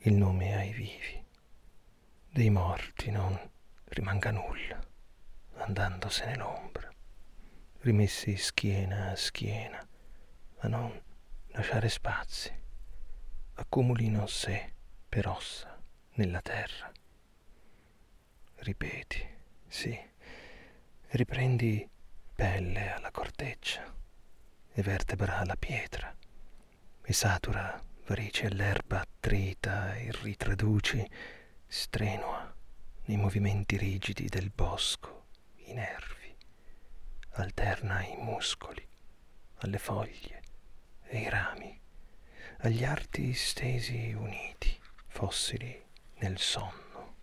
il nome ai vivi. Dei morti non rimanga nulla, andandosene l'ombra, rimessi schiena a schiena, a non lasciare spazi, accumulino sé per ossa nella terra. Ripeti, sì, riprendi pelle alla corteccia e vertebra alla pietra e satura varici all'erba attrita e ritraduci strenua nei movimenti rigidi del bosco i nervi, alterna i muscoli alle foglie e i rami, agli arti stesi uniti, fossili nel sonno.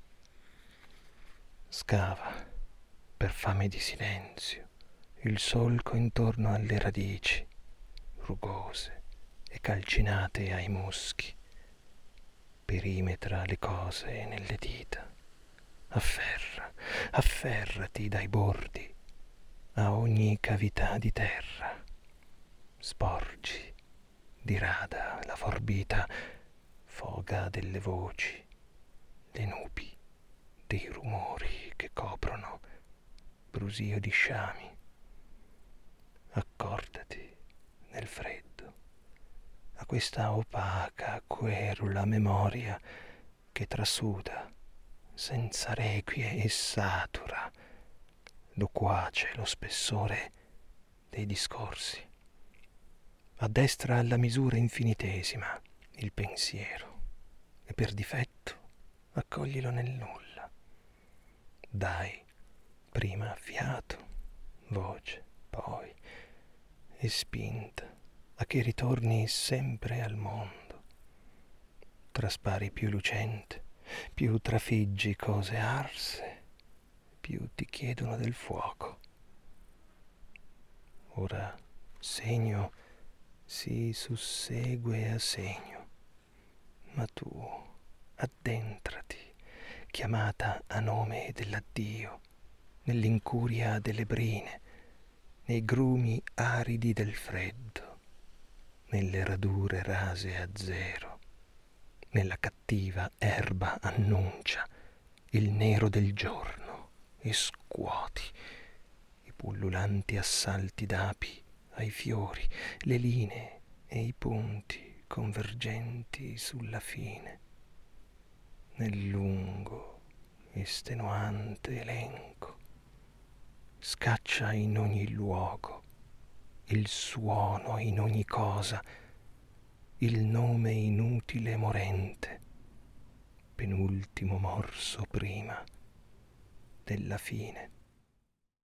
Scava, per fame di silenzio, il solco intorno alle radici, rugose e calcinate ai muschi, perimetra le cose nelle dita, afferrati dai bordi a ogni cavità di terra, sporgi, dirada la forbita foga delle voci, le nubi dei rumori che coprono brusio di sciami. Accordati nel freddo a questa opaca querula memoria che trasuda senza requie e satura loquace lo spessore dei discorsi. Addestra alla misura infinitesima il pensiero e per difetto accoglilo nel nulla. Dai prima fiato, voce, poi, e spinta a che ritorni sempre al mondo. Traspari più lucente, più trafiggi cose arse, più ti chiedono del fuoco. Ora segno si sussegue a segno, ma tu addentrati, chiamata a nome dell'addio, nell'incuria delle brine, nei grumi aridi del freddo, nelle radure rase a zero, nella cattiva erba annuncia il nero del giorno e scuoti i pullulanti assalti d'api ai fiori, le linee e i punti convergenti sulla fine, nel lungo estenuante elenco. Scaccia in ogni luogo, il suono in ogni cosa, il nome inutile morente, penultimo morso prima della fine.